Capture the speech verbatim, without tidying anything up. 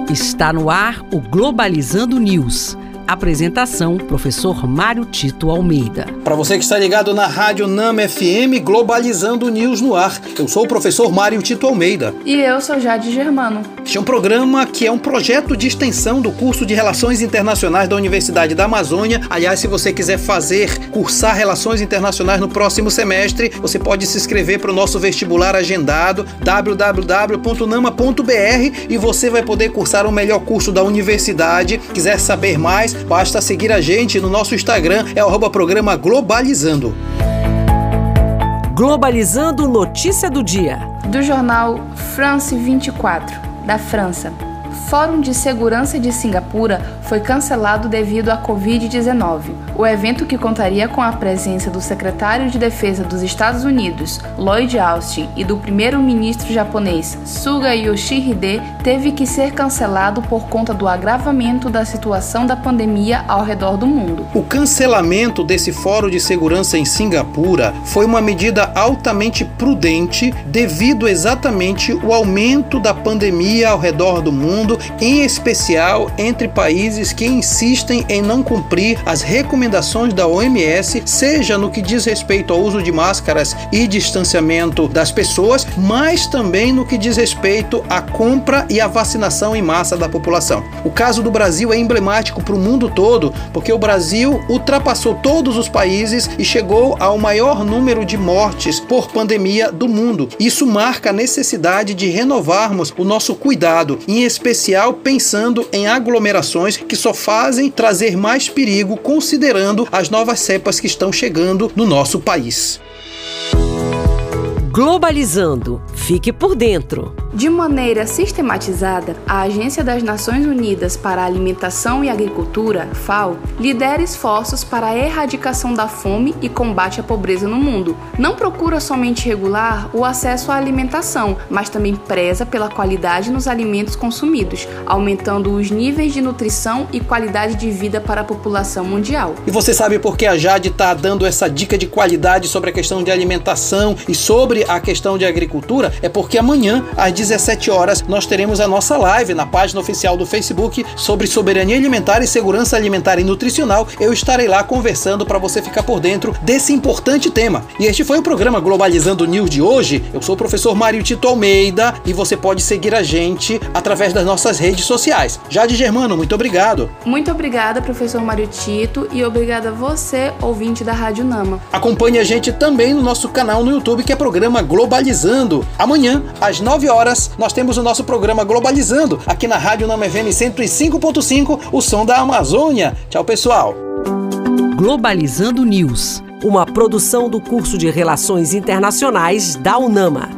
Está no ar o Globalizando News. Apresentação, professor Mário Tito Almeida. Para você que está ligado na Rádio Nama F M, Globalizando News no ar. Eu sou o professor Mário Tito Almeida. E eu sou Jade Germano. Este é um programa que é um projeto de extensão do curso de Relações Internacionais da Universidade da Amazônia. Aliás, se você quiser fazer, cursar Relações Internacionais no próximo semestre, você pode se inscrever para o nosso vestibular agendado, w w w ponto nama ponto b r, e você vai poder cursar o melhor curso da universidade. Quiser saber mais, basta seguir a gente no nosso Instagram, é arroba programa Globalizando. Globalizando, notícia do dia. Do jornal France vinte e quatro, da França. Fórum de Segurança de Singapura foi cancelado devido à covid dezenove. O evento, que contaria com a presença do secretário de Defesa dos Estados Unidos, Lloyd Austin, e do primeiro-ministro japonês, Suga Yoshihide, teve que ser cancelado por conta do agravamento da situação da pandemia ao redor do mundo. O cancelamento desse Fórum de Segurança em Singapura foi uma medida altamente prudente devido exatamente ao aumento da pandemia ao redor do mundo, em especial entre países que insistem em não cumprir as recomendações da O M S, seja no que diz respeito ao uso de máscaras e distanciamento das pessoas, mas também no que diz respeito à compra e à vacinação em massa da população. O caso do Brasil é emblemático para o mundo todo, porque o Brasil ultrapassou todos os países e chegou ao maior número de mortes por pandemia do mundo. Isso marca a necessidade de renovarmos o nosso cuidado, em especial pensando em aglomerações que só fazem trazer mais perigo, considerando as novas cepas que estão chegando no nosso país. Globalizando. Fique por dentro. De maneira sistematizada, a Agência das Nações Unidas para a Alimentação e Agricultura, FAO, lidera esforços para a erradicação da fome e combate à pobreza no mundo. Não procura somente regular o acesso à alimentação, mas também preza pela qualidade nos alimentos consumidos, aumentando os níveis de nutrição e qualidade de vida para a população mundial. E você sabe por que a Jade está dando essa dica de qualidade sobre a questão de alimentação e sobre a questão de agricultura? É porque amanhã, às dezessete horas, nós teremos a nossa live na página oficial do Facebook sobre soberania alimentar e segurança alimentar e nutricional. Eu estarei lá conversando para você ficar por dentro desse importante tema. E este foi o programa Globalizando News de hoje. Eu sou o professor Mário Tito Almeida e você pode seguir a gente através das nossas redes sociais. Jade Germano, muito obrigado. Muito obrigada, professor Mário Tito, e obrigada a você, ouvinte da Rádio Nama. Acompanhe a gente também no nosso canal no YouTube, que é programa Globalizando. Amanhã, às nove horas, nós temos o nosso programa Globalizando, aqui na Rádio Nama F M cento e cinco ponto cinco, o som da Amazônia. Tchau, pessoal. Globalizando News, uma produção do curso de Relações Internacionais da UNAMA.